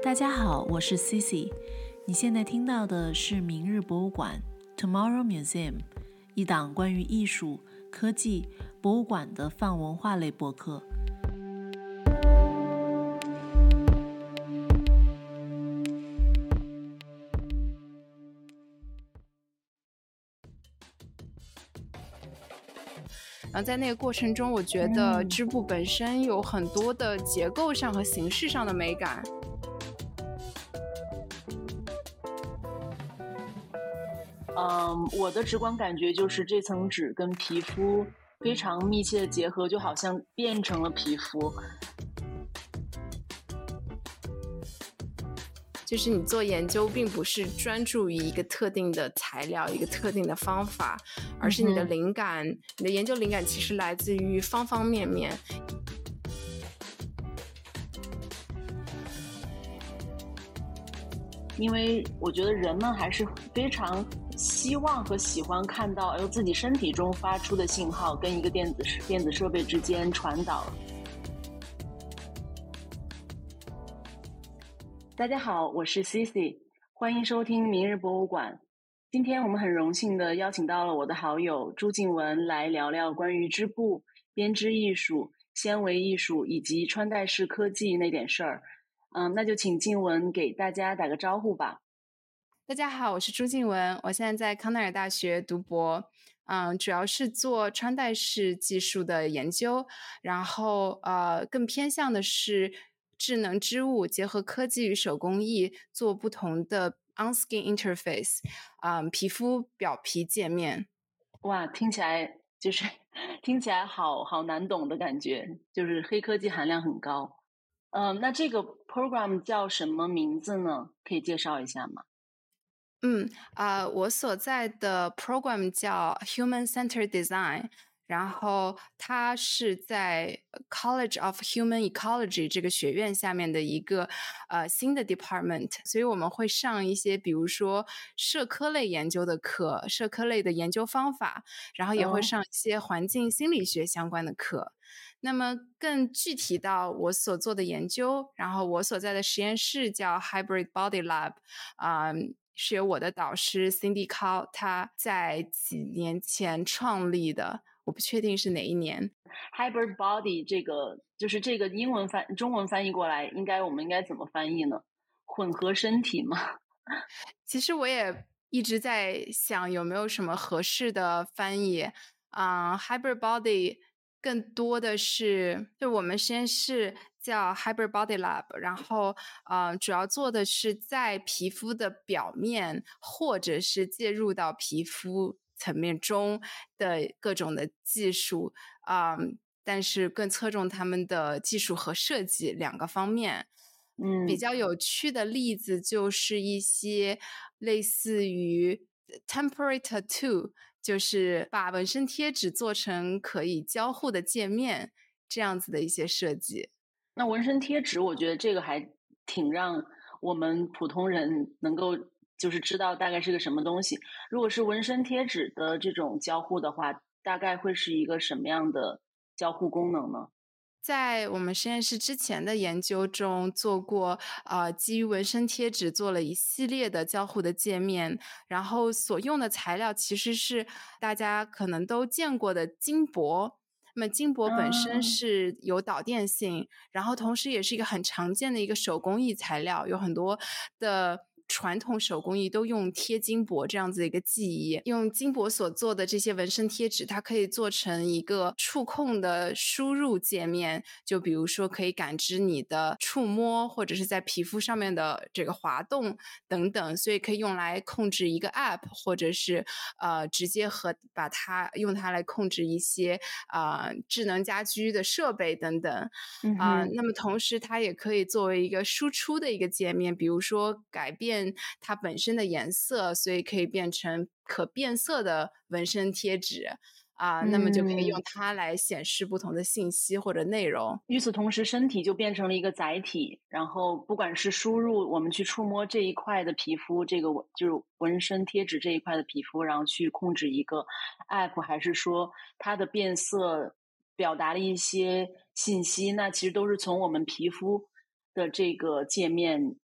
大家好，我是 Cici。你现在听到的是明日博物馆 Tomorrow Museum， 一档关于艺术、科技、博物馆的泛文化类播客。 然后在那个过程中，我觉得织布本身有很多的结构上和形式上的美感。 我的直观感觉就是这层纸跟皮肤非常密切的结合，就好像变成了皮肤。 就是你做研究并不是专注于一个特定的材料、一个特定的方法，而是你的灵感，你的研究灵感其实来自于方方面面。 因为我觉得人们还是非常希望和喜欢看到自己身体中发出的信号跟一个电子设备之间传导。大家好，我是 Cici， 欢迎收听明日博物馆。今天我们很荣幸的邀请到了我的好友朱静雯来聊聊关于织布、编织艺术、纤维艺术以及穿戴式科技那点事儿。那就请静雯给大家打个招呼吧。 大家好，我是朱静雯，我现在在康奈尔大学读博，主要是做穿戴式技术的研究，然后更偏向的是智能织物结合科技与手工艺，做不同的 on-skin interface，皮肤表皮界面。 哇，听起来好难懂的感觉，就是黑科技含量很高。那这个 program 叫什么名字呢？可以介绍一下吗？ 我所在的 program 叫 Human Centered Design， 然后它是在 College of Human Ecology 这个学院下面的一个新的 department， 所以我们会上一些比如说社科类研究的课，社科类的研究方法，然后也会上一些环境心理学相关的课。那么更具体到我所做的研究，然后我所在的实验室叫 Hybrid Body Lab，是由我的导师 Cindy Cao 他在几年前创立的，我不确定是哪一年。 Hybrid Body 这个中文翻译过来，我们应该怎么翻译呢？混合身体吗？ 其实我也一直在想有没有什么合适的翻译。Hybrid Body 更多的是，就我们实验室叫 Hybrid Body Lab， 然后主要做的是在皮肤的表面或者是介入到皮肤层面中的各种的技术，但是更侧重他们的技术和设计两个方面。比较有趣的例子就是一些类似于 temporary tattoo， 就是把纹身贴纸做成可以交互的界面，这样子的一些设计。 那纹身贴纸，我觉得这个还挺让我们普通人能够就是知道大概是个什么东西。如果是纹身贴纸的这种交互的话，大概会是一个什么样的交互功能呢？ 在我们实验室之前的研究中做过，基于纹身贴纸做了一系列的交互的界面，然后所用的材料其实是大家可能都见过的金箔。那么金箔本身是有导电性，然后同时也是一个很常见的一个手工艺材料，有很多的传统手工艺都用贴金箔这样子的一个技艺，用金箔所做的这些纹身贴纸，它可以做成一个触控的输入界面，就比如说可以感知你的触摸或者是在皮肤上面的这个滑动等等，所以可以用来控制一个 app， 或者是直接用它来控制一些智能家居的设备等等。那么同时它也可以作为一个输出的一个界面，比如说改变它本身的颜色，所以可以变成可变色的纹身贴纸那么就可以用它来显示不同的信息或者内容。 与此同时，身体就变成了一个载体，然后不管是输入我们去触摸这一块的皮肤，这个就是纹身贴纸这一块的皮肤，然后去控制一个 app， 还是说它的变色表达了一些信息，那其实都是从我们皮肤的这个界面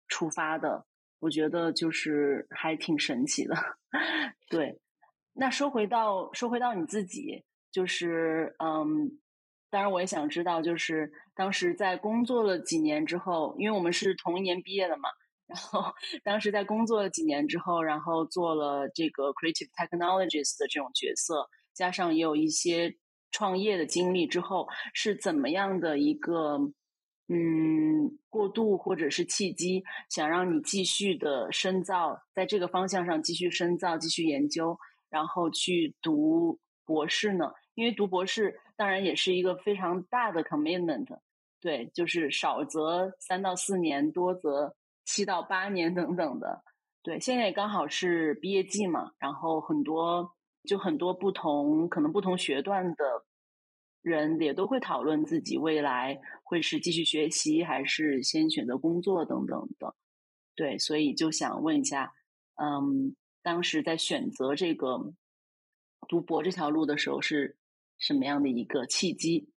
出发的，我觉得就是还挺神奇的。对，那说回到你自己，就是当然我也想知道，就是当时在工作了几年之后，因为我们是同一年毕业的嘛，然后当时在工作了几年之后，然后做了这个 creative technologies 的这种角色，加上也有一些创业的经历之后，是怎么样的一个过渡或者是契机，想让你继续的深造，在这个方向上继续深造、继续研究，然后去读博士呢？因为读博士当然也是一个非常大的 commitment，对，就是少则3到4年，多则7到8年等等的。对，现在也刚好是毕业季嘛，然后很多可能不同学段的人也都会讨论自己未来会是继续学习，还是先选择工作等等的。对，所以就想问一下，当时在选择这个读博这条路的时候是什么样的一个契机？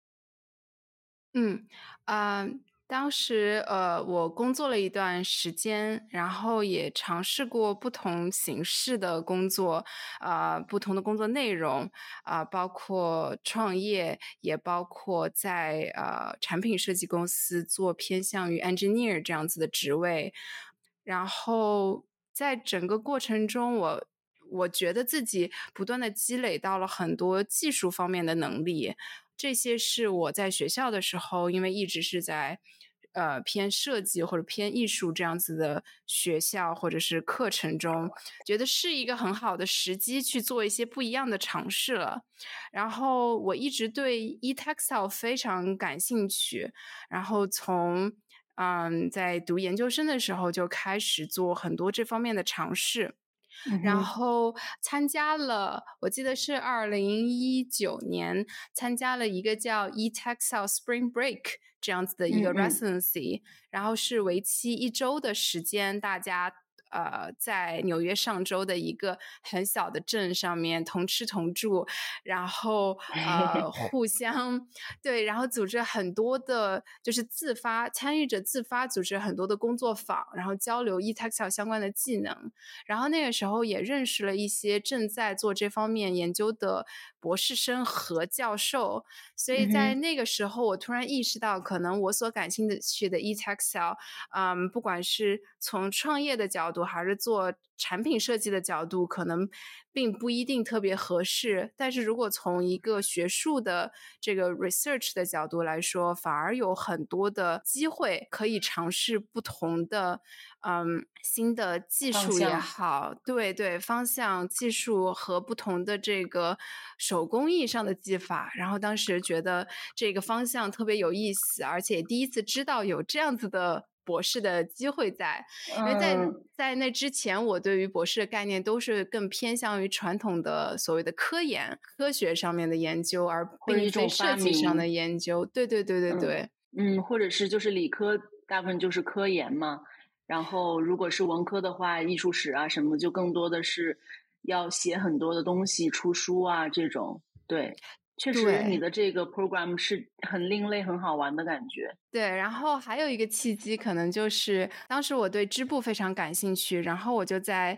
当时我工作了一段时间，然后也尝试过不同形式的工作，不同的工作内容，包括创业，也包括在产品设计公司做偏向于 engineer 这样子的职位。然后在整个过程中，我觉得自己不断的积累到了很多技术方面的能力，这些是我在学校的时候，因为一直是在偏设计或者偏艺术这样子的学校或者是课程中，觉得是一个很好的时机去做一些不一样的尝试了。然后我一直对 e-textile 非常感兴趣，然后在读研究生的时候就开始做很多这方面的尝试。然后参加了，我记得是2019年参加了一个叫 e-textile Spring Break 这样子的一个 residency，然后是为期1周的时间，大家在纽约上州的一个很小的镇上面同吃同住，然后互相对，然后组织很多的，就是参与者自发组织很多的工作坊，然后交流 e-textile 相关的技能。然后那个时候也认识了一些正在做这方面研究的博士生和教授，所以在那个时候我突然意识到，可能我所感兴趣的 e-textile，不管是从创业的角度还是做产品设计的角度，可能并不一定特别合适，但是如果从一个学术的这个 research 的角度来说，反而有很多的机会可以尝试不同的新的技术也好，对，方向技术和不同的这个手工艺上的技法，然后当时觉得这个方向特别有意思，而且第一次知道有这样子的博士的机会在，因为在那之前，我对于博士的概念都是更偏向于传统的所谓的科研、科学上面的研究，而并非设计上的研究。对。 或者是就是理科大部分就是科研嘛，然后如果是文科的话，艺术史啊什么就更多的是要写很多的东西、出书啊这种。对，确实你的这个 program 是很另类、很好玩的感觉。 对，然后还有一个契机，可能就是当时我对织布非常感兴趣，然后我就在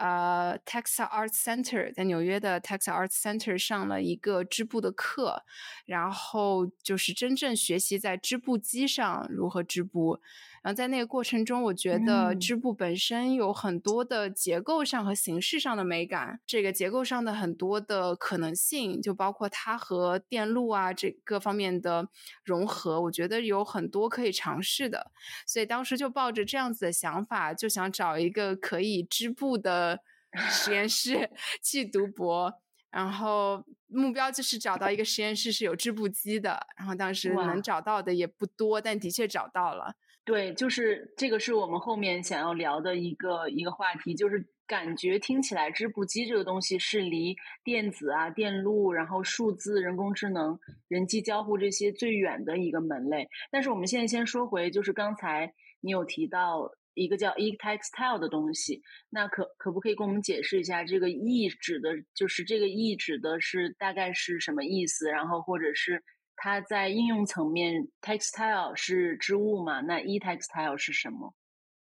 Textile Arts Center， 在纽约的 Textile Arts Center 上了一个织布的课，然后就是真正学习在织布机上如何织布。然后在那个过程中，我觉得织布本身有很多的结构上和形式上的美感，这个结构上的很多的可能性，就包括它和电路啊这各方面的融合，我觉得有很多可以尝试的。所以当时就抱着这样子的想法，就想找一个可以织布的实验室去读博。然后目标就是找到一个实验室是有织布机的，然后当时能找到的也不多，但的确找到了。 对，就是这个是我们后面想要聊的一个话题，就是感觉听起来织布机这个东西是离电子啊、电路，然后数字、人工智能、人机交互这些最远的一个门类。但是我们现在先说回，就是刚才你有提到一个叫 e-textile 的东西，那可不可以跟我们解释一下这个 e 指的，就是这个 e 指的是大概是什么意思？然后或者是它在应用层面 textile 是织物嘛？那 e-textile 是什么？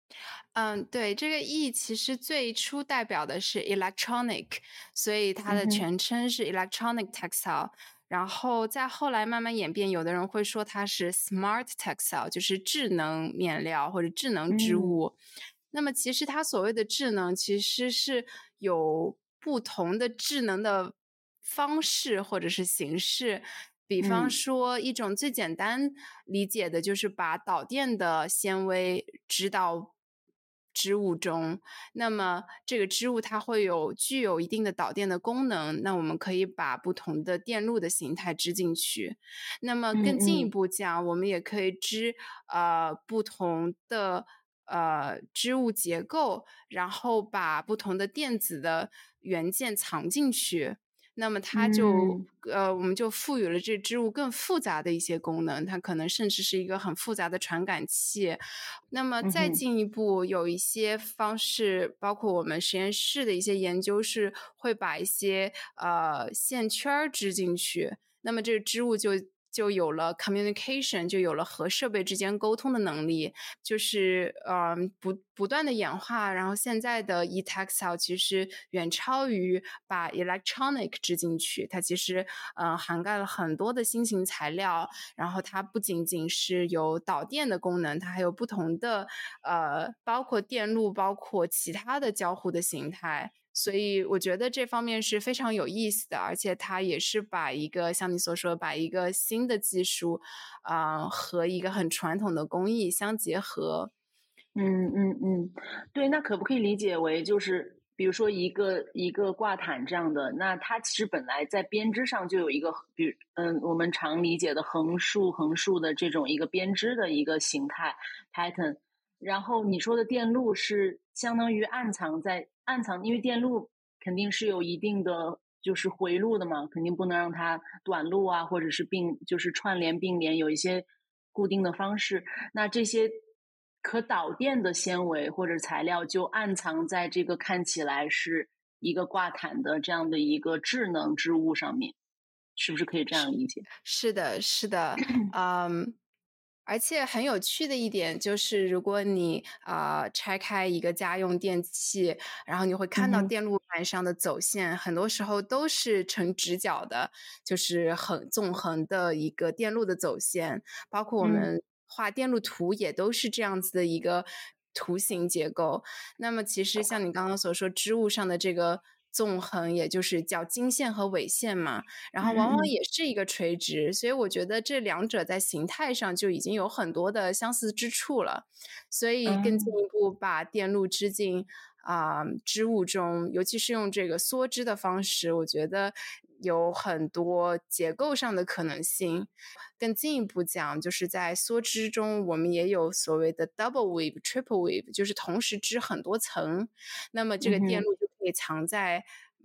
对，这个 E 其实最初代表的是 electronic，所以它的嗯哼， 全称是 electronic textile。然后再后来慢慢演变，有的人会说它是 smart textile，就是智能面料或者智能织嗯物。那么其实它所谓的智能，其实是有不同的智能的方式或者是形式。比方嗯说，一种最简单理解的就是把导电的纤维织到织物中，那么这个织物它会具有一定的导电的功能，那我们可以把不同的电路的形态织进去。那么嗯更进一嗯步讲，我们也可以织不同的织物结构，然后把不同的电子的元件藏进去。那么它就嗯我们就赋予了这织物更复杂的一些功能，它可能甚至是一个很复杂的传感器。那么再嗯哼进一步，有一些方式，包括我们实验室的一些研究是会把一些线圈儿织进去，那么这个织物就有了 communication，就有了和设备之间沟通的能力，就是不断的演化，然后现在的 e-textile 其实远超于把 electronic 织进去，它其实涵盖了很多的新型材料，然后它不仅仅是有导电的功能，它还有不同的包括电路，包括其他的交互的形态。所以我觉得这方面是非常有意思的，而且它也是把一个像你所说，把一个新的技术，和一个很传统的工艺相结合。 嗯嗯嗯，对，那可不可以理解为就是比如说一个挂毯这样的，那它其实本来在编织上就有一个，我们常理解的横竖的这种一个编织的一个形态 pattern，然后你说的电路是相当于暗藏，因为电路肯定是有一定的就是回路的嘛，肯定不能让它短路啊，或者是就是串联并联有一些固定的方式。那这些可导电的纤维或者材料就暗藏在这个看起来是一个挂毯的这样的一个智能织物上面，是不是可以这样理解？ 是的，是的，嗯，而且很有趣的一点就是，如果你拆开一个家用电器，然后你会看到嗯哼， 电路板上的走线，很多时候都是呈直角的，就是很纵横的一个电路的走线，包括我嗯们画电路图也都是这样子的一个图形结构。那么其实像你刚刚所说，织物上的这个纵横，也就是叫经线和纬线嘛。然后往往嗯嗯也是一个垂直，所以我觉得这两者在形态上就已经有很多的相似之处了。所以更进嗯一步把电路织进织物中，尤其是用这个梭织的方式，我觉得有很多结构上的可能性。更进一步讲，就是在梭织中，我们也有所谓的 double weave、triple weave，就是同时织很多层。那么这个电嗯哼， 路就可以藏在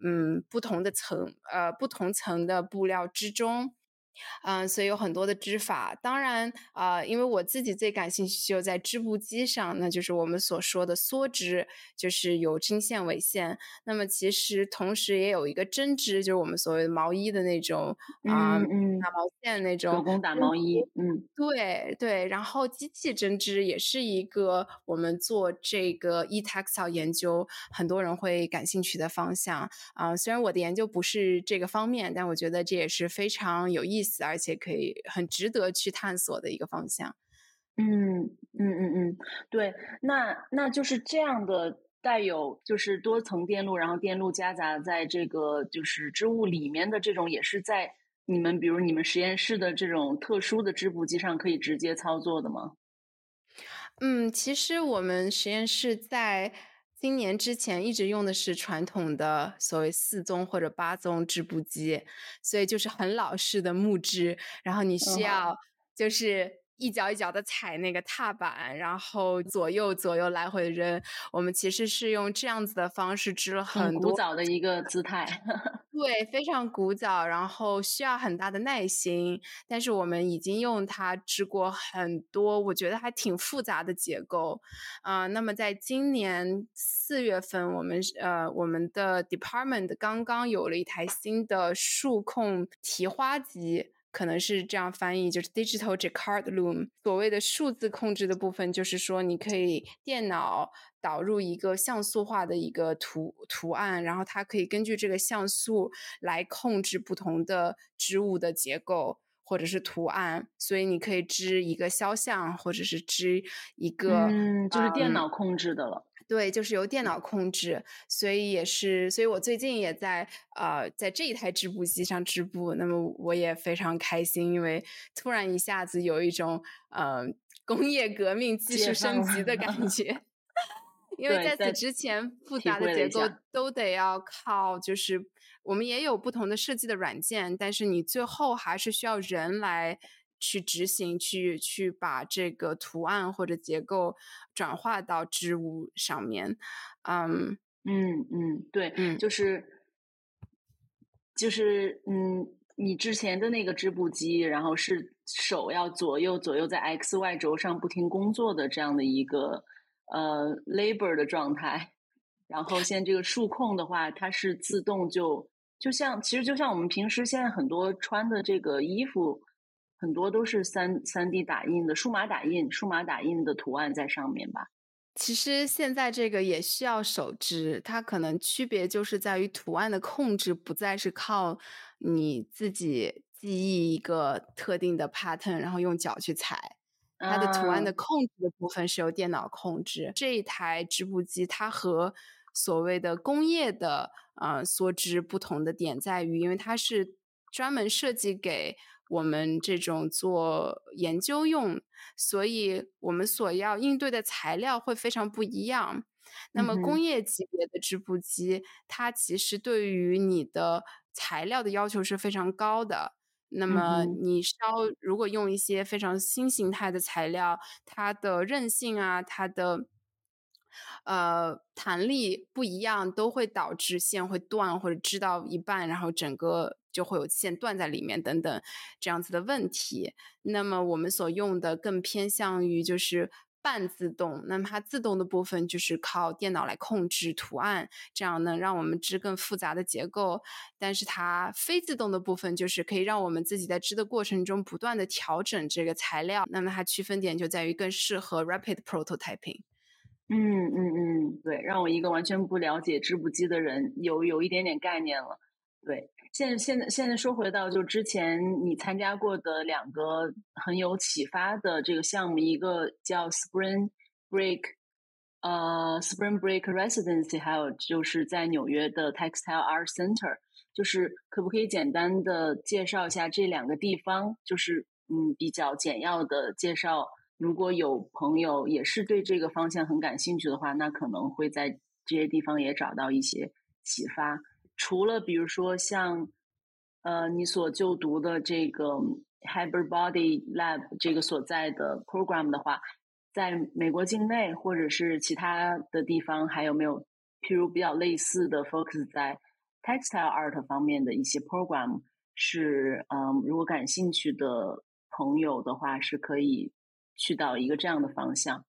不同层的布料之中。所以有很多的织法。当然，因为我自己最感兴趣就在织布机上，那就是我们所说的梭织，就是有针线、纬线。那么其实同时也有一个针织，就是我们所谓的毛衣的那种嗯嗯， 打毛线那种手工打毛衣，嗯对对，然后机器针织也是一个我们做这个 e-textile 研究很多人会感兴趣的方向虽然我的研究不是这个方面，但我觉得这也是非常有意思，而且可以很值得去探索的一个方向。 嗯嗯嗯嗯，对，那就是这样的带有就是多层电路，然后电路夹杂在这个就是织物里面的这种，也是在比如你们实验室的这种特殊的织布机上可以直接操作的吗？ 其实我们实验室在今年之前一直用的是传统的所谓4宗或者8宗织布机，所以就是很老式的木质，然后你需嗯， 要就是一脚一脚的踩那个踏板，然后左右来回扔。我们其实是用这样子的方式织了很古很多早的一个姿态。 对，非常古早，然后需要很大的耐心，但是我们已经用它织过很多，我觉得还挺复杂的结构。那么在今年4月份，我们的 department 刚刚有了一台新的数控提花机， 可能是这样翻译，就是 digital Jacquard loom。所谓的数字控制的部分，就是说你可以电脑导入一个像素化的一个图案，然后它可以根据这个像素来控制不同的织物的结构或者是图案，所以你可以织一个肖像，或者是织一个就是电脑控制的了。 对，就是由电脑控制，所以我最近也在这一台织布机上织布，那么我也非常开心，因为突然一下子有一种工业革命技术升级的感觉。因为在此之前复杂的结构都得要靠，就是我们也有不同的设计的软件，但是你最后还是需要人来去执行，去把这个图案或者结构转化到织物上面。 对，你之前的那个织布机，然后是手要左右在 XY 轴上不停工作的这样的一个labor 的状态。然后现在这个数控的话，它是自动就像我们平时现在很多穿的这个衣服，很多都是3D 打印的数码打印的图案在上面吧。 其实现在这个也需要手织，它可能区别就是在于图案的控制不再是靠你自己记忆一个特定的 pattern， 然后用脚去裁。它的图案的控制的部分是由电脑控制。这一台织布机它和所谓的工业的梭织不同的点在于，因为它是专门设计给我们这种做研究用，所以我们所要应对的材料会非常不一样。那么工业级别的织布机，它其实对于你的材料的要求是非常高的。那么你如果用一些非常新形态的材料，它的韧性啊，它的弹力不一样，都会导致线会断或者织到一半，然后整个就会有线断在里面等等这样子的问题。那么我们所用的更偏向于就是半自动，那么它自动的部分就是靠电脑来控制图案，这样能让我们织更复杂的结构。但是它非自动的部分就是可以让我们自己在织的过程中不断的调整这个材料，那么它区分点就在于更适合 rapid prototyping。 对，让我一个完全不了解织布机的人有一点点概念了。对，现在说回到就之前你参加过的2个很有启发的这个项目，一个叫 Spring Break Residency， 还有就是在纽约的 Textile Art Center， 就是可不可以简单的介绍一下这2个地方，就是比较简要的介绍。如果有朋友也是对这个方向很感兴趣的话，那可能会在这些地方也找到一些启发。除了比如说像你所就读的这个 Hybrid Body Lab 这个所在的 program 的话，在美国境内或者是其他的地方，还有没有譬如比较类似的 focus 在 textile art 方面的一些 program， 是如果感兴趣的朋友的话是可以去到一个这样的方向。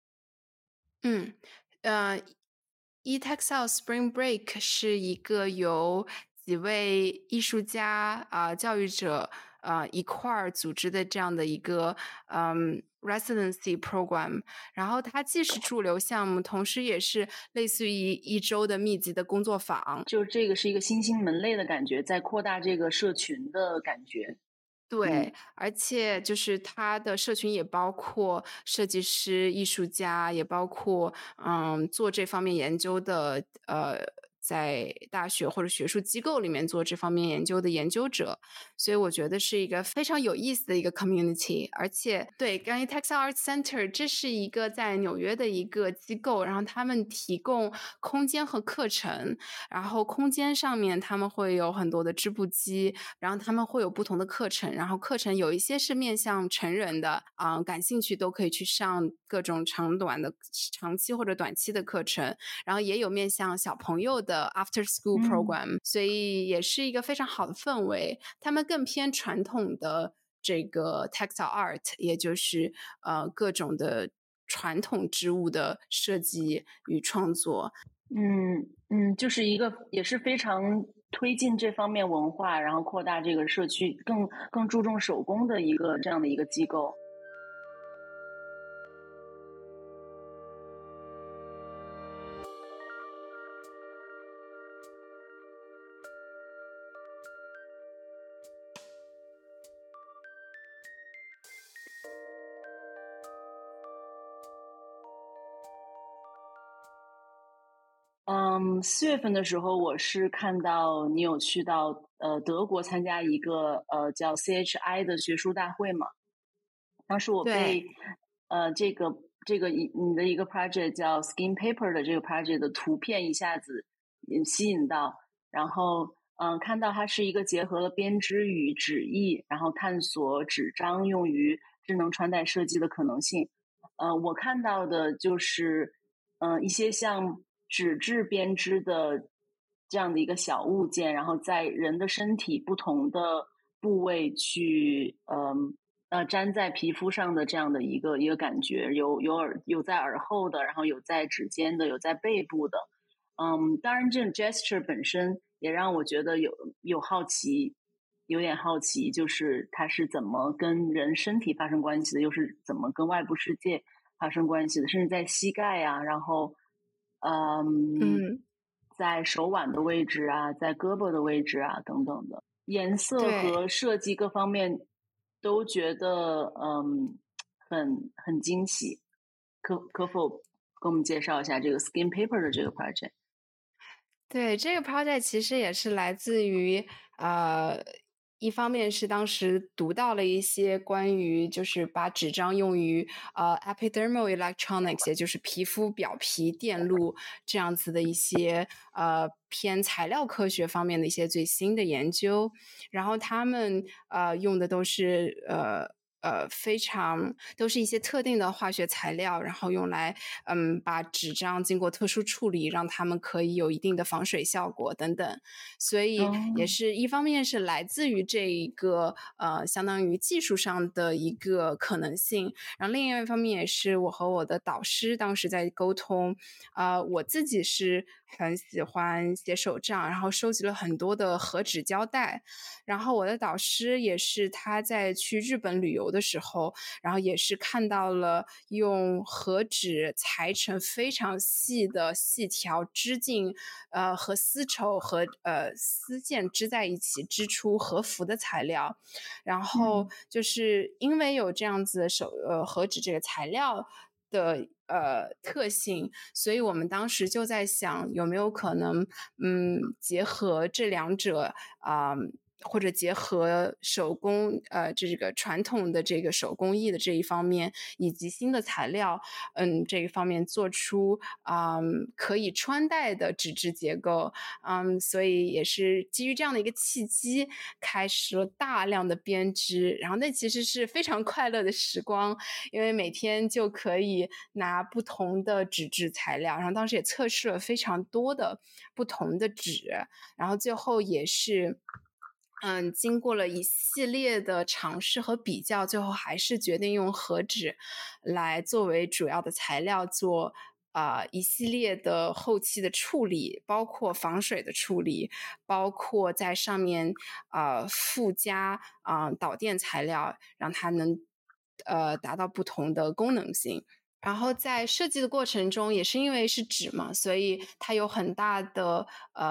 eTextile Spring Break 是一个由几位艺术家教育者一块儿组织的这样的一个residency program， 然后它既是驻留项目，同时也是类似于一周的密集的工作坊。 就这个是一个新兴门类的感觉，在扩大这个社群的感觉。 对，而且就是它的社群也包括设计师、艺术家，也包括做这方面研究的在大学或者学术机构里面做这方面研究的研究者，所以我觉得是一个非常有意思的一个 community。而且对，关于 Textile Art Center， 这是一个在纽约的一个机构，然后他们提供空间和课程，然后空间上面他们会有很多的织布机，然后他们会有不同的课程，然后课程有一些是面向成人的感兴趣都可以去上各种长期或者短期的课程，然后也有面向小朋友的After School Program，所以也是一个非常好的氛围。他们更偏传统的这个 Textile Art， 也就是各种的传统织物的设计与创作。 就是一个也是非常推进这方面文化，然后扩大这个社区，更注重手工的这样的一个机构。4月份的时候，我是看到你有去到德国参加一个叫 CHI 的学术大会嘛。当时我被你的一个 project 叫 Skin Paper 的这个 project 的图片一下子吸引到，然后看到它是一个结合了编织与纸艺，然后探索纸张用于智能穿戴设计的可能性。我看到的就是一些像纸质编织的这样的一个小物件，然后在人的身体不同的部位去粘在皮肤上的这样的一个感觉，有在耳后的，然后有在指尖的，有在背部的。当然这种 gesture 本身也让我觉得有好奇，有点好奇，就是它是怎么跟人身体发生关系的，又是怎么跟外部世界发生关系的，甚至在膝盖啊，然后在手腕的位置啊，在胳膊的位置啊等等的，颜色和设计各方面都觉得很惊喜。可否给我们介绍一下这个 Skin Paper 的这个 project？ 对，这个 project 其实也是来自于一方面是当时读到了一些关于就是把纸张用于epidermal electronics， 也就是皮肤表皮电路这样子的一些偏材料科学方面的一些最新的研究，然后他们用的都是非常都是一些特定的化学材料，然后用来把纸张经过特殊处理，让它们可以有一定的防水效果等等。所以也是一方面是来自于这一个相当于技术上的一个可能性，然后另一方面也是我和我的导师当时在沟通。我自己是很喜欢写手账，然后收集了很多的和纸胶带，然后我的导师也是他在去日本旅游的时候，然后也是看到了用和纸裁成非常细的细条织进和丝绸和丝线织在一起织出和服的材料，然后就是因为有这样子和纸这个材料的特性，所以我们当时就在想有没有可能结合这两者或者结合手工这个传统的这个手工艺的这一方面，以及新的材料这一方面做出可以穿戴的纸质结构。所以也是基于这样的一个契机，开始了大量的编织，然后那其实是非常快乐的时光，因为每天就可以拿不同的纸质材料，然后当时也测试了非常多的不同的纸，然后最后也是经过了一系列的尝试和比较，最后还是决定用和纸来作为主要的材料做一系列的后期的处理，包括防水的处理，包括在上面附加导电材料，让它能达到不同的功能性。然后在设计的过程中，也是因为是纸嘛，所以它有很大的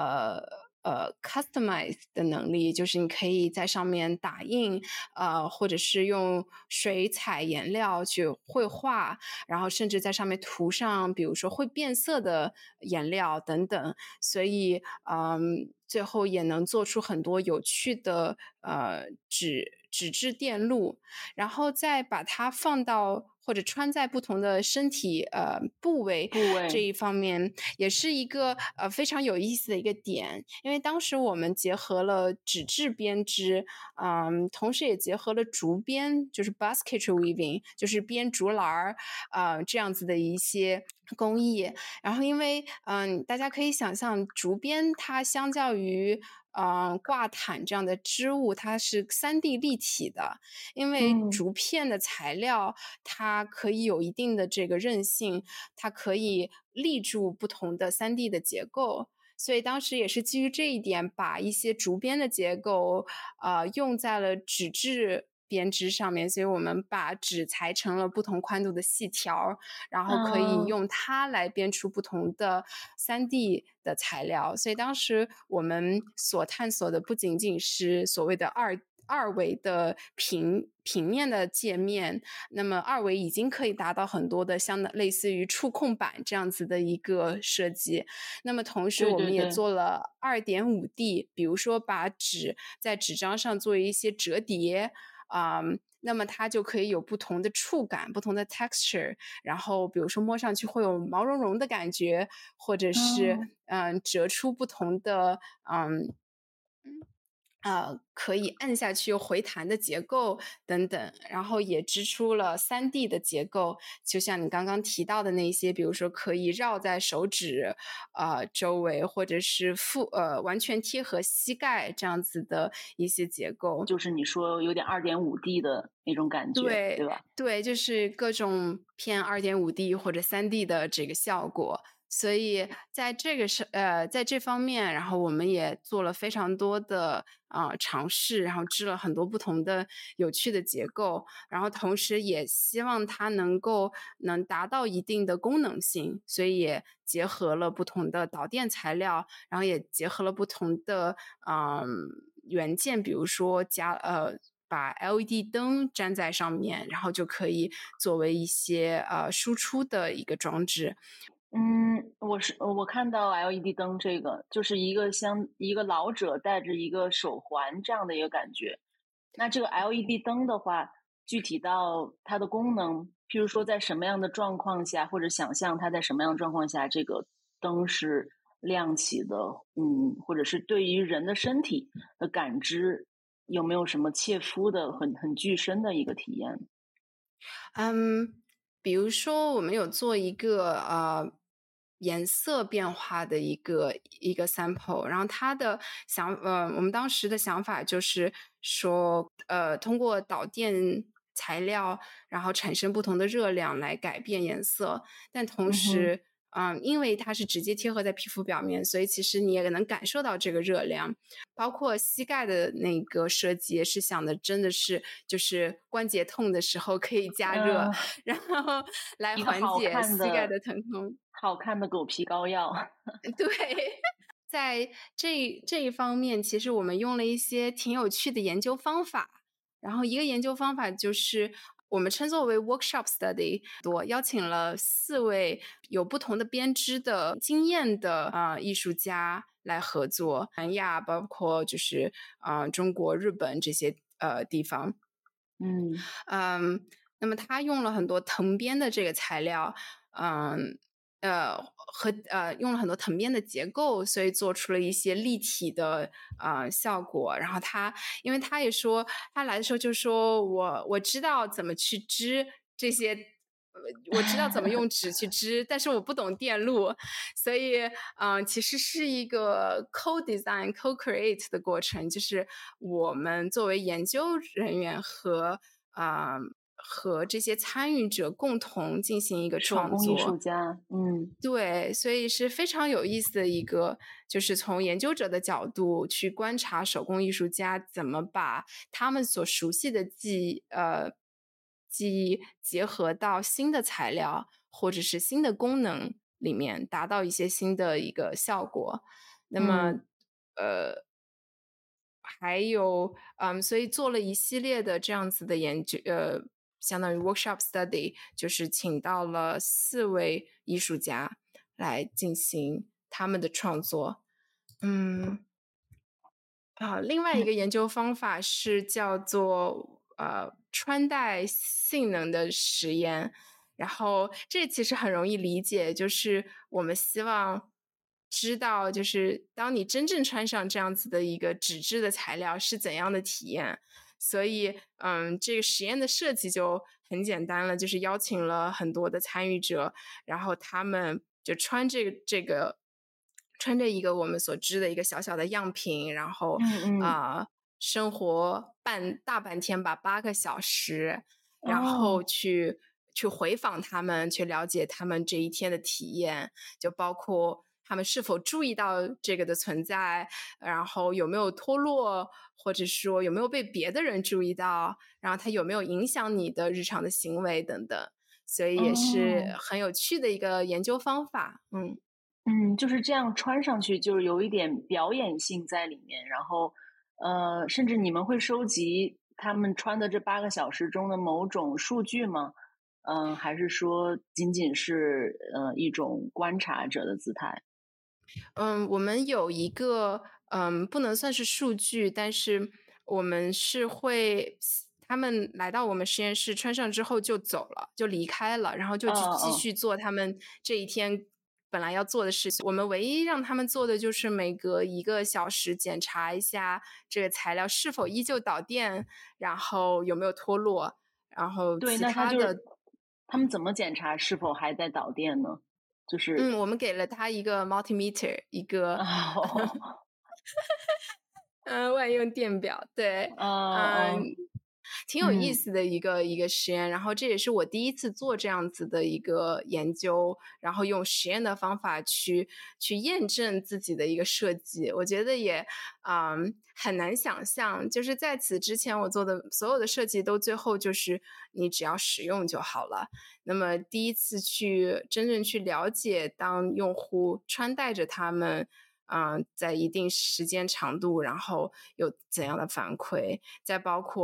customize 的能力，就是你可以在上面打印或者是用水彩颜料去绘画，然后甚至在上面涂上比如说会变色的颜料等等，所以最后也能做出很多有趣的纸质电路，然后再把它放到或者穿在不同的身体部位这一方面，也是一个非常有意思的一个点。因为当时我们结合了纸质编织，同时也结合了竹编，就是 basket weaving， 就是编竹篮这样子的一些工艺。然后因为大家可以想象竹编它相较于挂毯这样的织物，它是3D 立体的，因为竹片的材料它可以有一定的这个韧性，它可以立住不同的3D 的结构， 所以当时也是基于这一点，把一些竹编的结构用在了纸质编织上面，所以我们把纸裁成了不同宽度的细条，然后可以用它来编出不同的3D 的材料。所以当时我们所探索的不仅仅是所谓的二维的平面的界面，那么二维已经可以达到很多的像类似于触控板这样子的一个设计。那么同时我们也做了 2.5D， 比如说把在纸张上做一些折叠那么它就可以有不同的触感，不同的 texture， 然后比如说摸上去会有毛茸茸的感觉，或者是折出不同的可以按下去又回弹的结构等等，然后也织出了 3D 的结构，就像你刚刚提到的那些，比如说可以绕在手指周围，或者是完全贴合膝盖这样子的一些结构， 就是你说有点 2.5D 的那种感觉， 对吧？ 对，就是各种偏 2.5D 或者 3D 的这个效果。所以在这方面，然后我们也做了非常多的尝试，然后织了很多不同的有趣的结构，然后同时也希望它能达到一定的功能性，所以也结合了不同的导电材料，然后也结合了不同的元件，比如说把 LED 灯粘在上面，然后就可以作为一些输出的一个装置。 我看到 LED 灯这个就是一个老者戴着一个手环这样的一个感觉。那这个 LED 灯的话，具体到它的功能，譬如说在什么样的状况下，或者想象它在什么样的状况下这个灯是亮起的，或者是对于人的身体的感知有没有什么切肤的很具身的一个体验？ 比如说我们有做一个颜色变化的一个 sample， 然后我们当时的想法就是说通过导电材料然后产生不同的热量来改变颜色，但同时因为它是直接贴合在皮肤表面，所以其实你也能感受到这个热量。包括膝盖的那个设计也是想的真的是就是关节痛的时候可以加热，然后来缓解膝盖的疼痛。 好看的狗皮膏药。 对，在这一方面其实我们用了一些挺有趣的研究方法，然后一个研究方法就是我们称作为 workshop study， 邀请了4位有不同的编织的经验的艺术家来合作，南亚包括就是中国、日本这些地方。那么他用了很多藤编的这个材料，用了很多藤编的结构，所以做出了一些立体的效果。然后因为他也说，他来的时候就说我知道怎么去织这些，我知道怎么用纸去织，但是我不懂电路，所以其实是一个 co-design co-create 的过程，就是我们作为研究人员和这些参与者共同进行一个创作， 手工艺术家， 对，所以是非常有意思的一个，就是从研究者的角度去观察手工艺术家怎么把他们所熟悉的技艺结合到新的材料或者是新的功能里面，达到一些新的一个效果。那么，还有所以做了一系列的这样子的研究，相当于 workshop study， 就是请到了4位艺术家来进行他们的创作。另外一个研究方法是叫做穿戴性能的实验，然后这其实很容易理解，就是我们希望知道，就是当你真正穿上这样子的一个纸质的材料是怎样的体验。所以这个实验的设计就很简单了，就是邀请了很多的参与者，然后他们就穿着一个我们所织的一个小小的样品，然后生活大半天吧，8个小时，然后去回访他们，去了解他们这一天的体验，就包括他们是否注意到这个的存在，然后有没有脱落，或者说有没有被别的人注意到，然后它有没有影响你的日常的行为等等。所以也是哦。 很有趣的一个研究方法。 就是这样穿上去，就是有一点表演性在里面。然后，甚至你们会收集他们穿的这8个小时中的某种数据吗？还是说仅仅是一种观察者的姿态？ 我们有一个不能算是数据，但是我们是会他们来到我们实验室穿上之后就走了，就离开了，然后就嗯去继嗯。 续做他们这一天本来要做的事情。我们唯一让他们做的就是每隔1个小时检查一下这个材料是否依旧导电，然后有没有脱落，然后对， 其那他的他们怎么检查是否还在导电呢？就是我们给了他一个 multimeter，一个哦。 万用电表，对， 哦嗯， 哦。 挺有意嗯思的一个实验。然后这也是我第一次做这样子的一个研究，然后用实验的方法去验证自己的一个设计。我觉得也很难想象，就是在此之前我做的所有的设计都最后就是你只要使用就好了。那么第一次真正去了解，当用户穿戴着它们。在一定时间长度，然后有怎样的反馈，再包括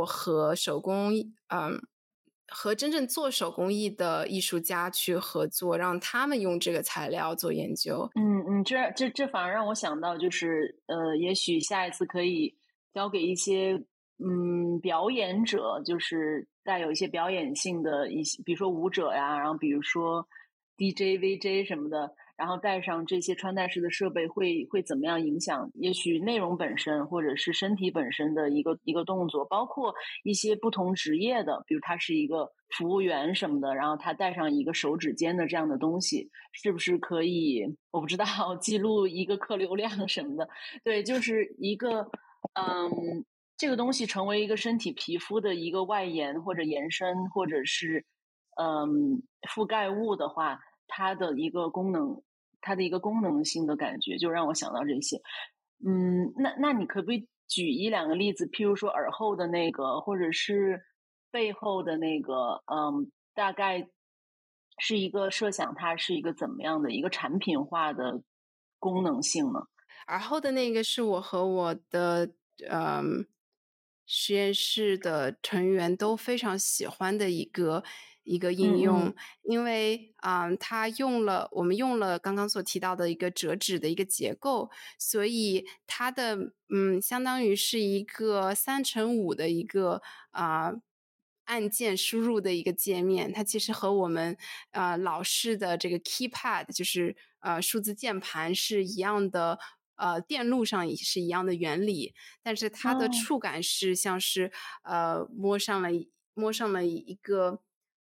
和真正做手工艺的艺术家去合作，让他们用这个材料做研究。 这反而让我想到，就是也许下一次可以交给一些表演者，就是带有一些表演性的一些，比如说舞者呀，然后比如说 DJ、VJ 什么的，然后带上这些穿戴式的设备会怎么样影响？也许内容本身，或者是身体本身的一个动作，包括一些不同职业的，比如他是一个服务员什么的，然后他带上一个手指尖的这样的东西，是不是可以？我不知道记录一个客流量什么的。对，就是一个这个东西成为一个身体皮肤的一个外延或者延伸，或者是覆盖物的话，它的一个功能，它的一个功能性的感觉，就让我想到这些。那你可不可以举1-2个例子？譬如说耳后的那个，或者是背后的那个，大概是一个设想，它是一个怎么样的一个产品化的功能性呢？ 而后的那个是我和我的实验室的成员都非常喜欢的一个应用。 嗯嗯。 因为我们用了刚刚所提到的一个折纸的一个结构，所以它的相当于是一个3×5的一个按键输入的一个界面。它其实和我们老式的这个 keypad 就是数字键盘是一样的。电路上也是一样的原理，但是它的哦。 触感是像是摸上了一个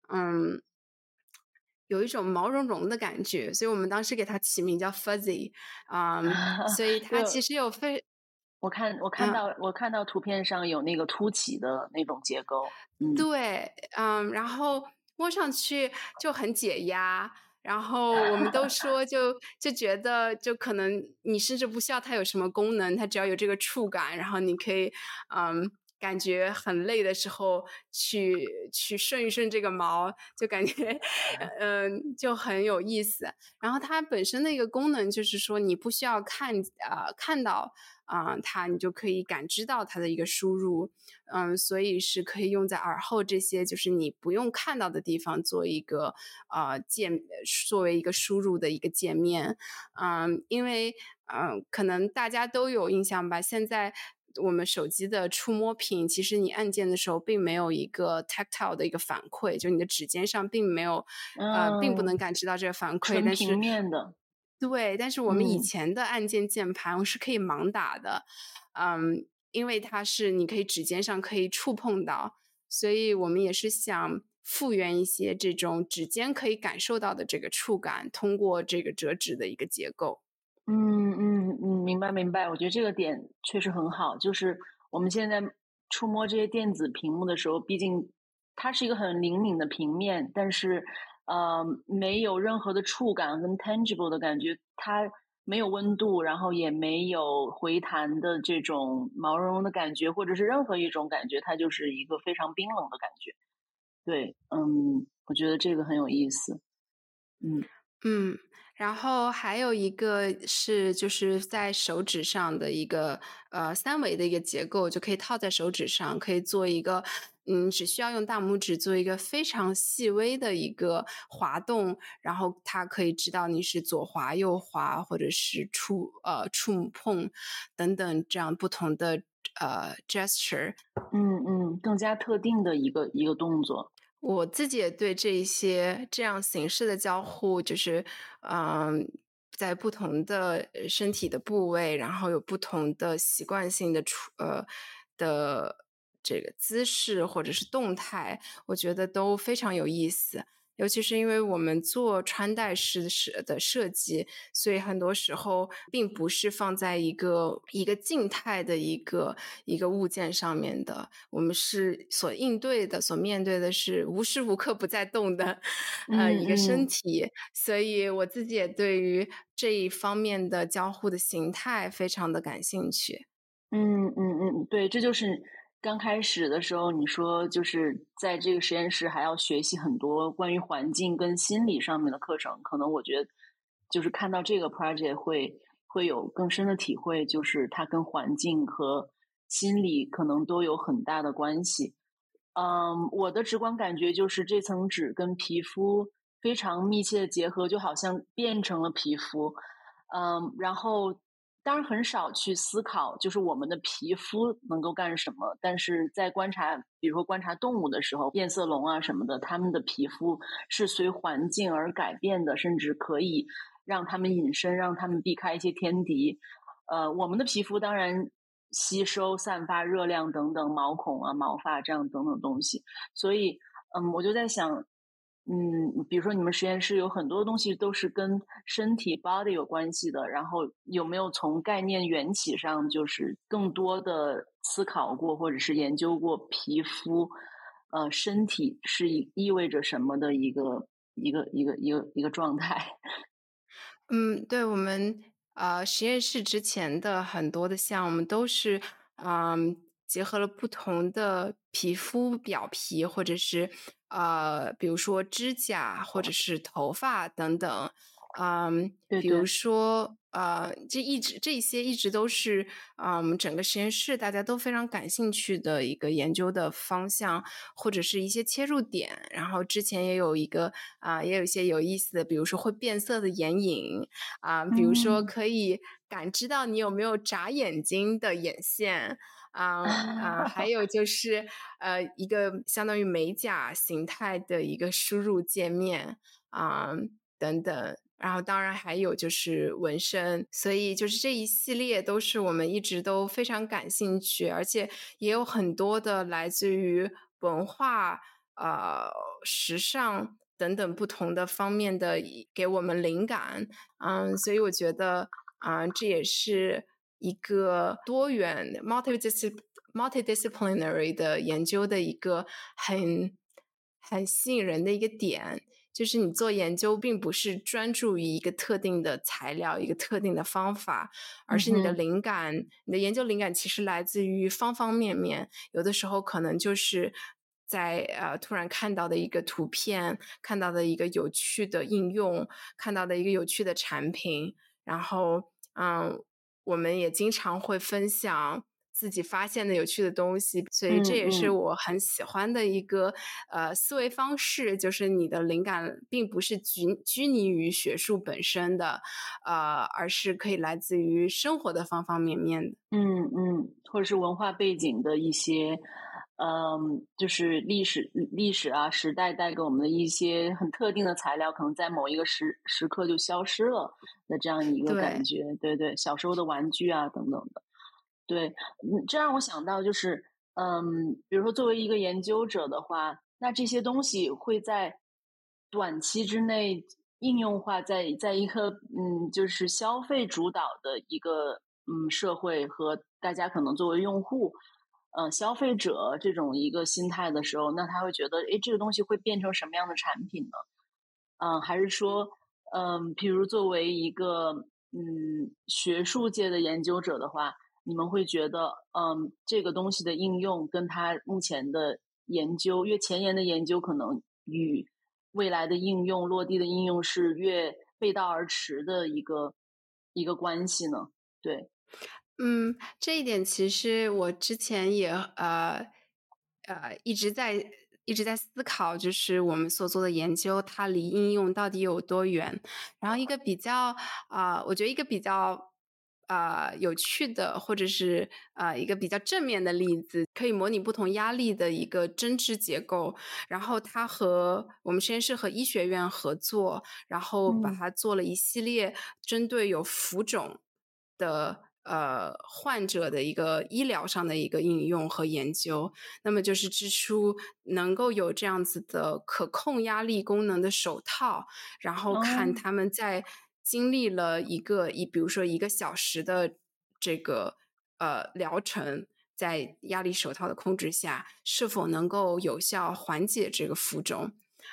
有一种毛茸茸的感觉，所以我们当时给它起名叫 fuzzy。所以对， 它其实有我看到图片上有那个凸起的那种结构。 对，然后摸上去就很解压。然后我们都说就觉得就可能你甚至不需要它有什么功能，它只要有这个触感，然后你可以感觉很累的时候去顺一顺这个毛，就感觉就很有意思。然后它本身的一个功能就是说你不需要看到它，你就可以感知到它的一个输入。所以是可以用在耳后这些就是你不用看到的地方做一个作为一个输入的一个界面。因为可能大家都有印象吧，现在我们手机的触摸屏，其实你按键的时候并没有一个 tactile 的一个反馈，就你的指尖上并没有并不能感知到这个反馈， 纯平但是面的。 对，但是我们以前的按键键盘是可以盲打的。因为它是你可以指尖上可以触碰到，所以我们也是想复原一些这种指尖可以感受到的这个触感，通过这个折纸的一个结构。 明白明白。我觉得这个点确实很好，就是我们现在触摸这些电子屏幕的时候，毕竟它是一个很灵敏的平面，但是没有任何的触感跟 tangible 的感觉，它没有温度，然后也没有回弹的这种毛茸茸的感觉，或者是任何一种感觉，它就是一个非常冰冷的感觉。对，我觉得这个很有意思。 嗯，然后还有一个是就是在手指上的一个三维的一个结构，就可以套在手指上，可以做一个只需要用大拇指做一个非常细微的一个滑动，然后它可以知道你是左滑右滑，或者是触碰等等这样不同的gesture。 更加特定的一个动作。 我自己也对这一些这样形式的交互，就是在不同的身体的部位，然后有不同的习惯性的的这个姿势或者是动态，我觉得都非常有意思。尤其是因为我们做穿戴式的设计，所以很多时候并不是放在一个静态的一个物件上面的，我们是所面对的是无时无刻不在动的一个身体，所以我自己也对于这一方面的交互的形态非常的感兴趣。 对，这就是刚开始的时候你说，就是在这个实验室还要学习很多关于环境跟心理上面的课程，可能我觉得就是看到这个 project 会有更深的体会，就是它跟环境和心理可能都有很大的关系。我的直观感觉就是这层纸跟皮肤非常密切的结合，就好像变成了皮肤。然后当然很少去思考，就是我们的皮肤能够干什么。但是在观察，比如说观察动物的时候，变色龙啊什么的，它们的皮肤是随环境而改变的，甚至可以让它们隐身，让它们避开一些天敌。我们的皮肤当然吸收、散发热量等等，毛孔啊、毛发这样等等东西。所以，我就在想，比如说你们实验室有很多东西都是跟身体 body 有关系的，然后有没有从概念缘起上，就是更多的思考过，或者是研究过皮肤，身体是意味着什么的一个状态？ 对，我们实验室之前的很多的项目都是结合了不同的皮肤表皮，或者是比如说指甲或者是头发等等，比如对对。 说这些一直都是我们整个实验室大家都非常感兴趣的一个研究的方向，或者是一些切入点。然后之前也有一些有意思的，比如说会变色的眼影比如说可以感知到你有没有眨眼睛的眼线。还有就是一个相当于美甲形态的一个输入界面等等。然后当然还有就是纹身，所以就是这一系列都是我们一直都非常感兴趣，而且也有很多的来自于文化、时尚等等不同的方面的给我们灵感。所以我觉得这也是一个多元 multidisciplinary 的研究的一个很吸引人的一个点。就是你做研究并不是专注于一个特定的材料、一个特定的方法，而是你的灵感，你的研究灵感其实来自于方方面面。有的时候可能就是在突然看到的一个图片，看到的一个有趣的应用，看到的一个有趣的产品，然后我们也经常会分享自己发现的有趣的东西，所以这也是我很喜欢的一个思维方式，就是你的灵感并不是拘泥于学术本身的，而是可以来自于生活的方方面面的。 或者是文化背景的一些，就是历史啊时代带给我们的一些很特定的材料，可能在某一个时刻就消失了的这样一个感觉。对对，小时候的玩具啊等等的。对，这让我想到就是，比如说作为一个研究者的话，那这些东西会在短期之内应用化在一个就是消费主导的一个社会和大家可能作为用户，消费者这种一个心态的时候，那他会觉得，诶，这个东西会变成什么样的产品呢？还是说，比如作为一个学术界的研究者的话，你们会觉得这个东西的应用跟它目前的研究越前沿的研究可能与未来的应用落地的应用是越背道而驰的一个关系呢？对。 这一点其实我之前也一直在思考，就是我们所做的研究它离应用到底有多远。然后一个比较我觉得一个比较有趣的，或者是一个比较正面的例子，可以模拟不同压力的一个针织结构。然后它和我们实验室和医学院合作，然后把它做了一系列针对有浮肿的患者的一个医疗上的一个应用和研究。那么就是支出能够有这样子的可控压力功能的手套，然后看他们在经历了比如说1个小时的这个疗程，在压力手套的控制下，是否能够有效缓解这个浮肿。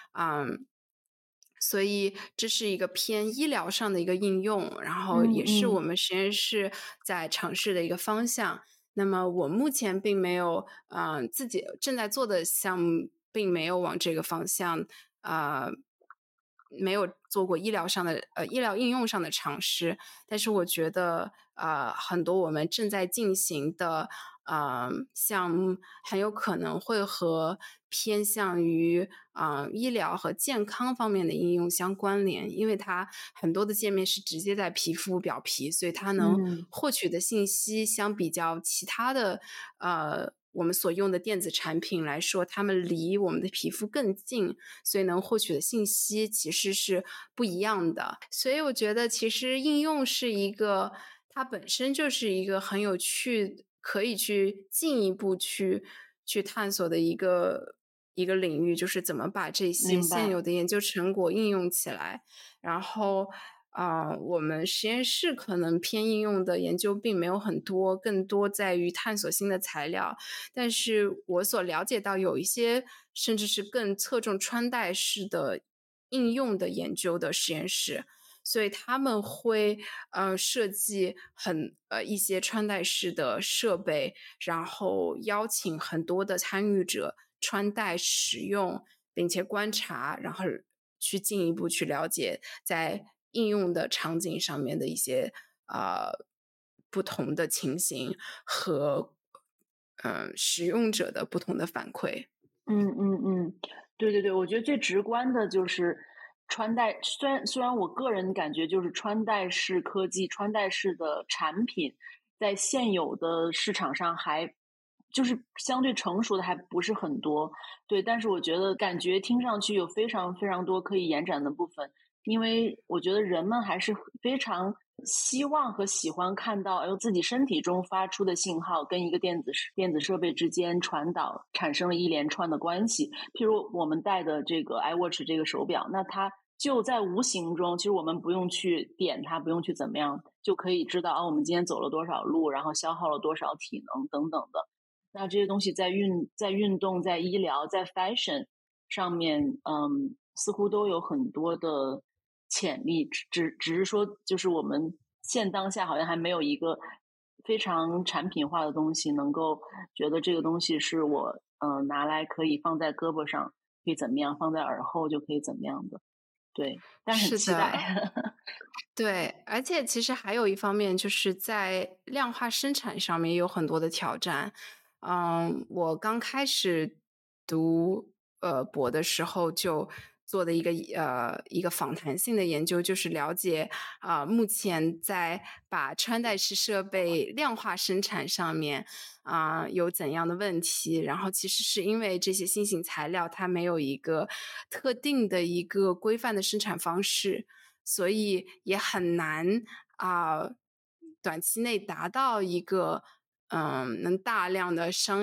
所以这是一个偏医疗上的一个应用，然后也是我们实验室在尝试的一个方向。那么我目前并没有自己正在做的项目并没有往这个方向没有做过医疗应用上的尝试，但是我觉得很多我们正在进行的项目很有可能会和偏向于医疗和健康方面的应用相关联，因为它很多的界面是直接在皮肤表皮，所以它能获取的信息相比较其他的我们所用的电子产品来说，它们离我们的皮肤更近，所以能获取的信息其实是不一样的。所以我觉得其实应用是它本身就是一个很有趣，可以去进一步去探索的一个领域，就是怎么把这些现有的研究成果应用起来。然后我们实验室可能偏应用的研究并没有很多，更多在于探索新的材料。但是我所了解到有一些甚至是更侧重穿戴式的应用的研究的实验室，所以他们会设计一些穿戴式的设备，然后邀请很多的参与者穿戴使用，并且观察，然后去进一步去了解在应用的场景上面的一些不同的情形和使用者的不同的反馈。 对对对，我觉得最直观的就是穿戴。虽然我个人感觉就是穿戴式科技、穿戴式的产品，在现有的市场上还就是相对成熟的还不是很多。对，但是我觉得感觉听上去有非常非常多可以延展的部分。因为我觉得人们还是非常希望和喜欢看到，自己身体中发出的信号跟一个电子设备之间传导，产生了一连串的关系。譬如我们戴的这个 iWatch 这个手表，那它就在无形中，其实我们不用去点它，不用去怎么样，就可以知道我们今天走了多少路，然后消耗了多少体能等等的。那这些东西在运动、在医疗、在 fashion 上面，似乎都有很多的潜力，只是说，就是我们现当下好像还没有一个非常产品化的东西，能够觉得这个东西是我拿来可以放在胳膊上，可以怎么样，放在耳后就可以怎么样的。对，但很期待。 对，而且其实还有一方面，就是在量化生产上面有很多的挑战。我刚开始读博的时候就做的一个访谈性的研究，就是了解目前在把穿戴式设备量化生产上面有怎样的问题。然后其实是因为这些新型材料它没有一个特定的一个规范的生产方式，所以也很难短期内达到一个能大量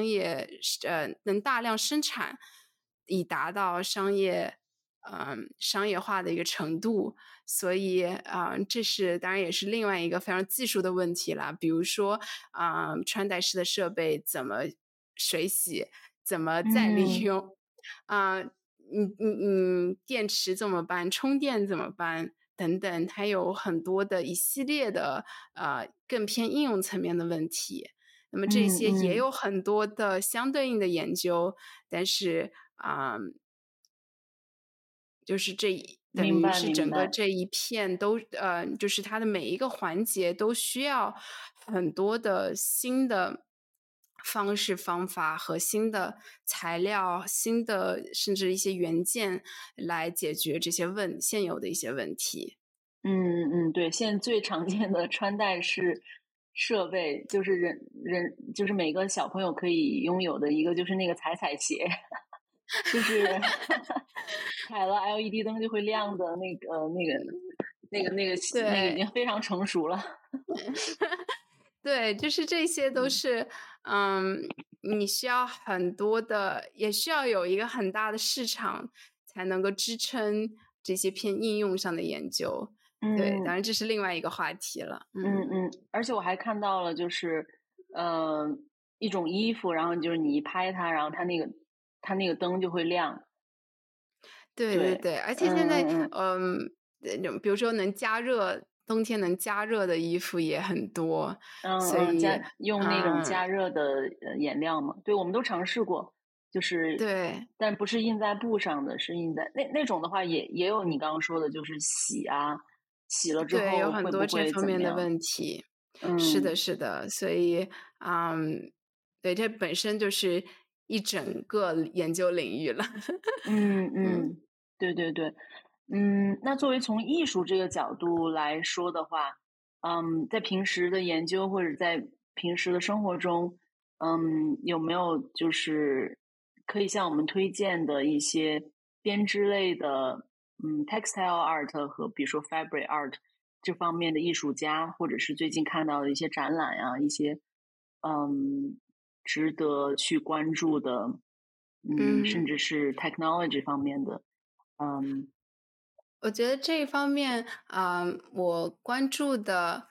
生产，以达到商业化的一个程度。所以这是当然也是另外一个非常技术的问题啦。比如说穿戴式的设备怎么水洗，怎么再利用电池怎么办，充电怎么办等等，它有很多的一系列的更偏应用层面的问题。那么这些也有很多的相对应的研究，但是就是等于是整个这一片都就是它的每一个环节都需要很多的新的方式方法和新的材料、新的甚至一些元件来解决这些现有的一些问题。 对，现在最常见的穿戴式设备就是就是每个小朋友可以拥有的一个，就是那个踩鞋。就是踩了 LED 灯就会亮的那个已经非常成熟了。 对，就是这些都是你需要很多的，也需要有一个很大的市场才能够支撑这些偏应用上的研究。对，当然这是另外一个话题了。 而且我还看到了，就是一种衣服，然后就是你一拍它，然后它那个灯就会亮。 对，而且现在比如说能加热，冬天能加热的衣服也很多，所以用那种加热的颜料嘛。对，我们都尝试过，就是对， 但不是印在布上的，是印在那种的话也有你刚刚说的，就是洗了之后对，有很多会这方面的怎么样？ 问题。是的，所以对，这本身就是一整个研究领域了。 对。那作为从艺术这个角度来说的话，在平时的研究或者在平时的生活中，有没有就是可以向我们推荐的一些编织类的，textile art 和比如说 fabric art 这方面的艺术家，或者是最近看到的一些展览呀，一些值得去关注的，甚至是 technology 方面的， 我觉得这一方面我关注的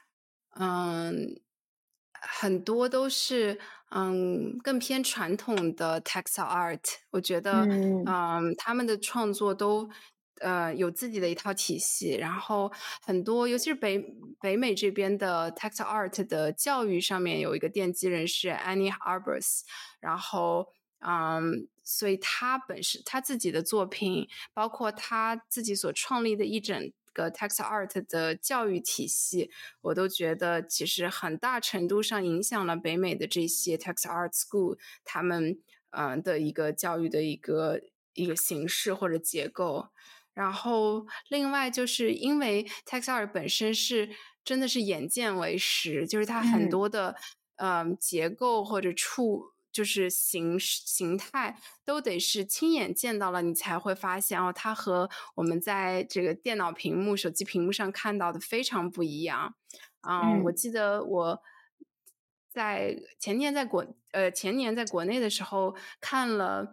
很多都是更偏传统的 textile art。我觉得他们的创作都有自己的一套体系，然后很多尤其是北美这边的 textile art 的教育上面有一个奠基人是 Annie Arbus， 然后所以他自己的作品，包括他自己所创立的一整个 textile art 的教育体系，我都觉得其实很大程度上影响了北美的这些 textile art school 他们的一个教育的一个形式或者结构。然后另外就是因为 textile art 本身真的是眼见为实，就是它很多的结构或者就是形态都得是亲眼见到了，你才会发现它和我们在这个电脑屏幕、手机屏幕上看到的非常不一样。我记得我在前年在国内的时候看了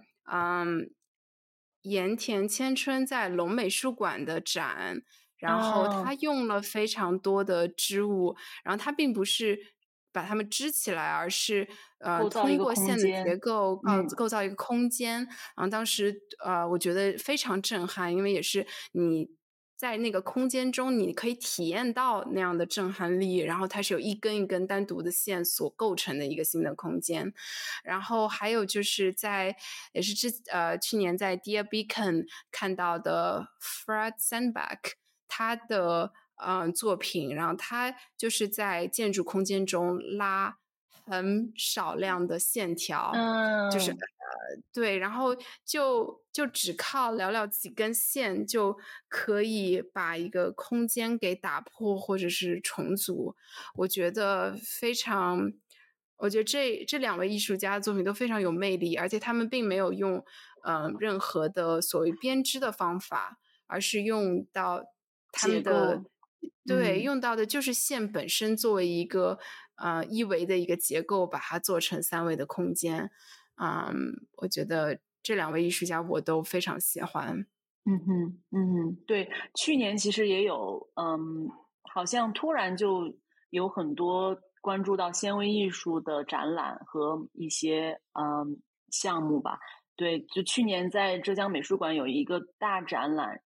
盐田千春在龙美术馆的展，然后他用了非常多的织物，然后他并不是把它们织起来，而是通过线的结构构造一个空间。然后当时我觉得非常震撼，因为也是你在那个空间中你可以体验到那样的震撼力，然后它是有一根一根单独的线所构成的一个新的空间。然后还有就是也是去年在 Dear Beacon 看到的 Fred Sandback 他的作品，然后他就是在建筑空间中拉很少量的线条，就是对，然后就只靠寥寥几根线就可以把一个空间给打破或者是重组。我觉得这两位艺术家的作品都非常有魅力，而且他们并没有用任何的所谓编织的方法，而是用到他们的用到的就是线本身作为一个一维的一个结构，把它做成三维的空间。我觉得这两位艺术家我都非常喜欢。 对，去年其实也有好像突然就有很多关注到纤维艺术的展览和一些项目吧。对，就去年在浙江美术馆有一个大展览，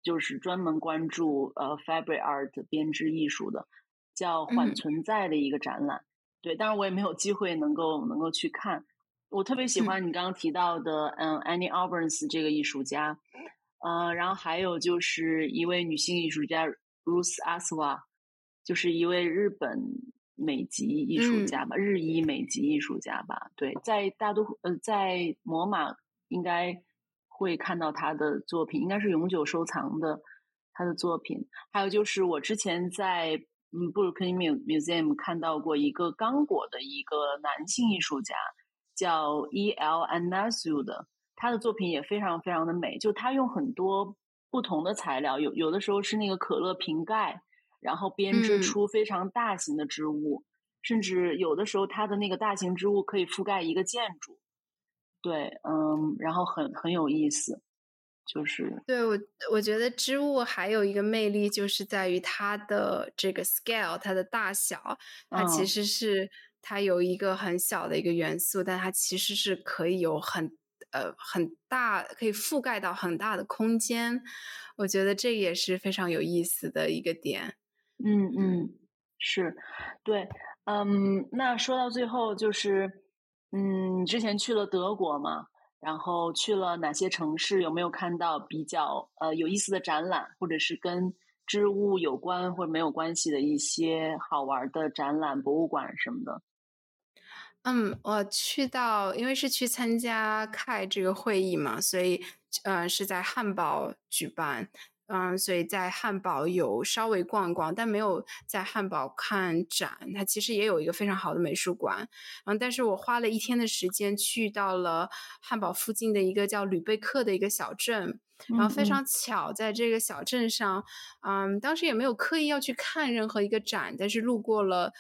就是专门关注fabric art 编织艺术的，叫缓存在的一个展览。对，当然我也没有机会能够去看。我特别喜欢你刚刚提到的Annie Albers 这个艺术家，然后还有就是一位女性艺术家 Ruth Aswa， 就是一位日本美籍艺术家吧，日裔美籍艺术家吧。对，在在MoMA应该会看到他的作品，应该是永久收藏的他的作品。还有就是我之前在布鲁克林 Museum 看到过一个刚果的一个男性艺术家，叫 E.L. Anasu 的，他的作品也非常非常的美。就他用很多不同的材料，有的时候是那个可乐瓶盖，然后编织出非常大型的织物，甚至有的时候它的那个大型织物可以覆盖一个建筑。对，然后很有意思。就是对，我觉得织物还有一个魅力，就是在于它的这个 scale， 它的大小，它其实是它有一个很小的一个元素，但它其实是可以有很大，可以覆盖到很大的空间。我觉得这也是非常有意思的一个点。 是，对，那说到最后就是，你之前去了德国嘛？然后去了哪些城市？有没有看到比较有意思的展览，或者是跟织物有关或者没有关系的一些好玩的展览、博物馆什么的？ 我因为是去参加 CHI 这个会议嘛，所以是在汉堡举办。所以在汉堡有稍微逛一逛，但没有在汉堡看展。它其实也有一个非常好的美术馆，但是我花了1天的时间去到了汉堡附近的一个叫吕贝克的一个小镇，然后非常巧，在这个小镇上，当时也没有刻意要去看任何一个展，但是路过了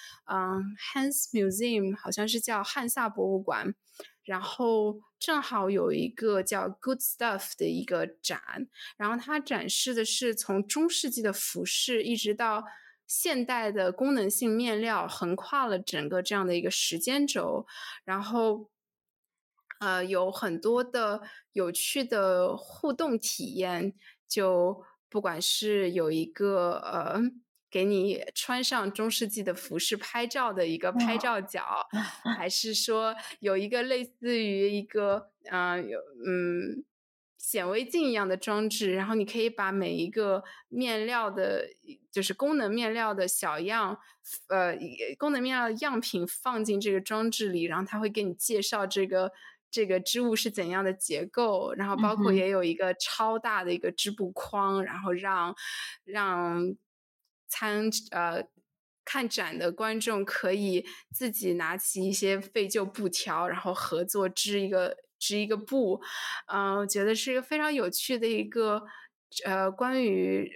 Hans Museum， 好像是叫汉萨博物馆。然后正好有一个叫 Good Stuff 的一个展，然后它展示的是从中世纪的服饰一直到现代的功能性面料，横跨了整个这样的一个时间轴。然后有很多的有趣的互动体验，就不管是有一个给你穿上中世纪的服饰拍照的一个拍照角，还是说有一个类似于一个显微镜一样的装置，然后你可以把每一个面料的，就是功能面料的小样，功能面料的样品放进这个装置里，然后它会给你介绍这个织物是怎样的结构，然后包括也有一个超大的一个织布框，然后让看展的观众可以自己拿起一些废旧布条，然后合作织一个布。我觉得是一个非常有趣的一个关于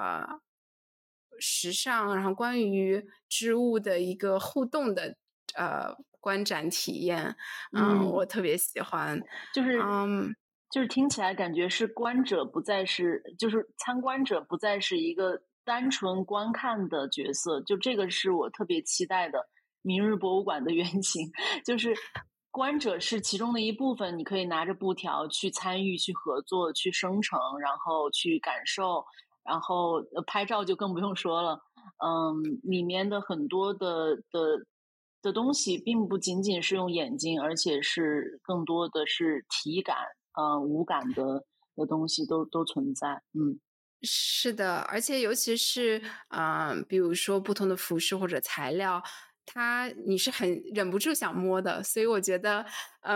时尚，然后关于织物的一个互动的观展体验。我特别喜欢。 就是听起来感觉是就是参观者不再是一个单纯观看的角色，就这个是我特别期待的明日博物馆的原型，就是观者是其中的一部分，你可以拿着布条去参与、去合作、去生成，然后去感受，然后拍照就更不用说了。里面的很多的东西，并不仅仅是用眼睛，而且是更多的是体感。无感的东西都存在。 是的，而且尤其是比如说不同的服饰或者材料，你是很忍不住想摸的。所以我觉得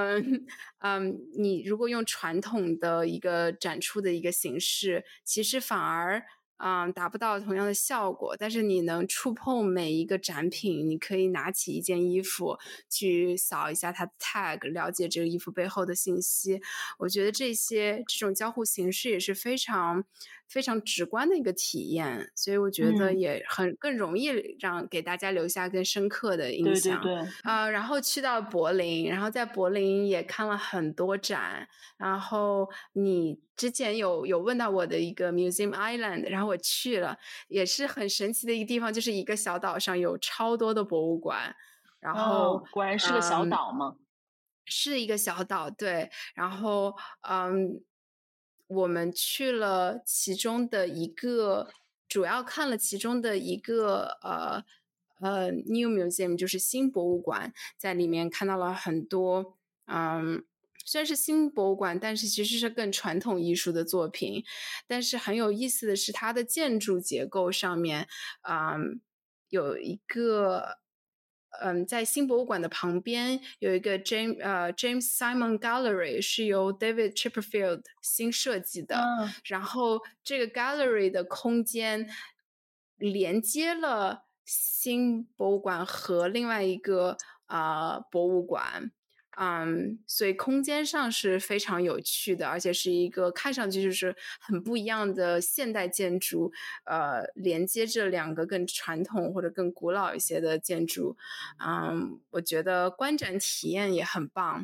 你如果用传统的一个展出的一个形式，其实反而达不到同样的效果。但是你能触碰每一个展品，你可以拿起一件衣服去扫一下它的 tag， 了解这个衣服背后的信息。我觉得这种交互形式也是非常非常直观的一个体验，所以我觉得也更容易给大家留下更深刻的印象。 对对对。 然后去到柏林，然后在柏林也看了很多展。然后你之前有问到我的一个 Museum Island， 然后我去了，也是很神奇的一个地方，就是一个小岛上有超多的博物馆。然后果然是个小岛嘛。 是一个小岛，对。然后我们去了其中的一个，主要看了其中的一个New Museum， 就是新博物馆，在里面看到了很多虽然是新博物馆，但是其实是更传统艺术的作品。但是很有意思的是，它的建筑结构上面有一个在新博物馆的旁边有一个 James Simon Gallery， 是由 David Chipperfield 新设计的。然后这个 Gallery 的空间连接了新博物馆和另外一个博物馆。所以空间上是非常有趣的，而且是一个看上去就是很不一样的现代建筑，连接着两个更传统或者更古老一些的建筑。我觉得观展体验也很棒。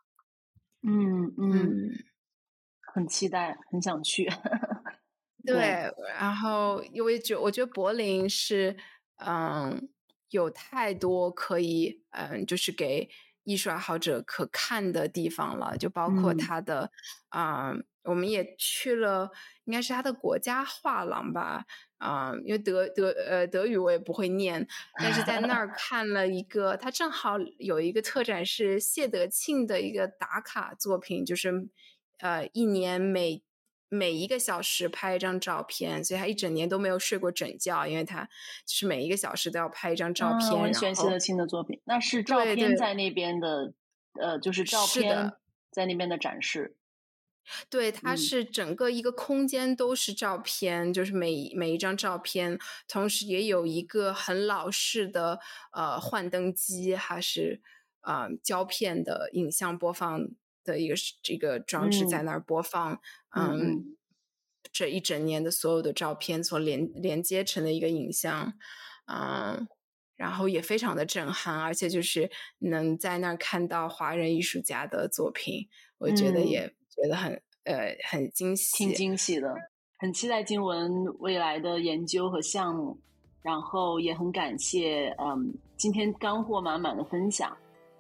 很期待，很想去。 对，然后因为我觉得柏林是有太多可以就是给艺术爱好者可看的地方了，就包括它的我们也去了，应该是它的国家画廊吧。因为德语我也不会念，但是在那儿看了一个，它正好有一个特展是谢德庆的一个打卡作品，就是一年每一个小时拍一张照片，所以他一整年都没有睡过整觉，因为他就是每一个小时都要拍一张照片。 我很喜欢谢德庆的作品。那是照片在那边的，就是照片在那边的展示。 对，它是整个一个空间都是照片，就是每一张照片，同时也有一个很老式的幻灯机，还是胶片的影像播放的这个装置在那儿播放。这一整年的所有的照片所连接成的一个影像。然后也非常的震撼，而且就是能在那儿看到华人艺术家的作品，我觉得也觉得很惊喜， 挺惊喜的，很期待静雯未来的研究和项目，然后也很感谢今天干货满满的分享。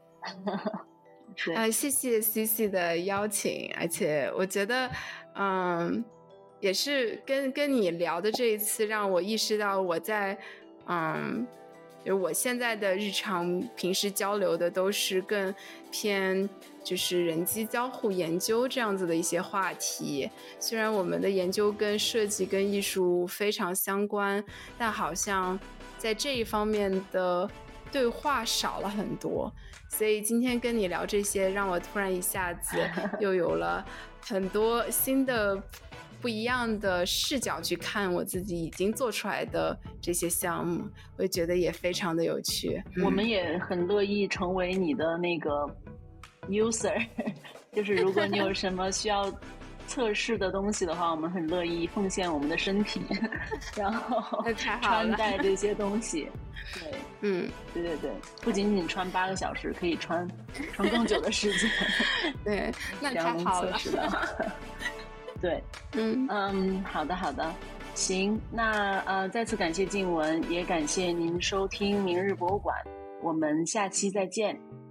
谢谢 CC 的邀请，而且我觉得也是跟你聊的这一次让我意识到我在就我现在的日常平时交流的都是更偏就是人机交互研究这样子的一些话题，虽然我们的研究跟设计跟艺术非常相关，但好像在这一方面的对话少了很多，所以今天跟你聊这些让我突然一下子又有了很多新的不一样的视角去看我自己已经做出来的这些项目，我觉得也非常的有趣。 我们也很乐意成为你的那个 user 就是如果你有什么需要测试的东西的话，我们很乐意奉献我们的身体然后穿戴这些东西。对，对，不仅仅穿8个小时，可以穿更久的时间对，那太好了。 对，好的，行，那再次感谢静雯，也感谢您收听明日博物馆，我们下期再见。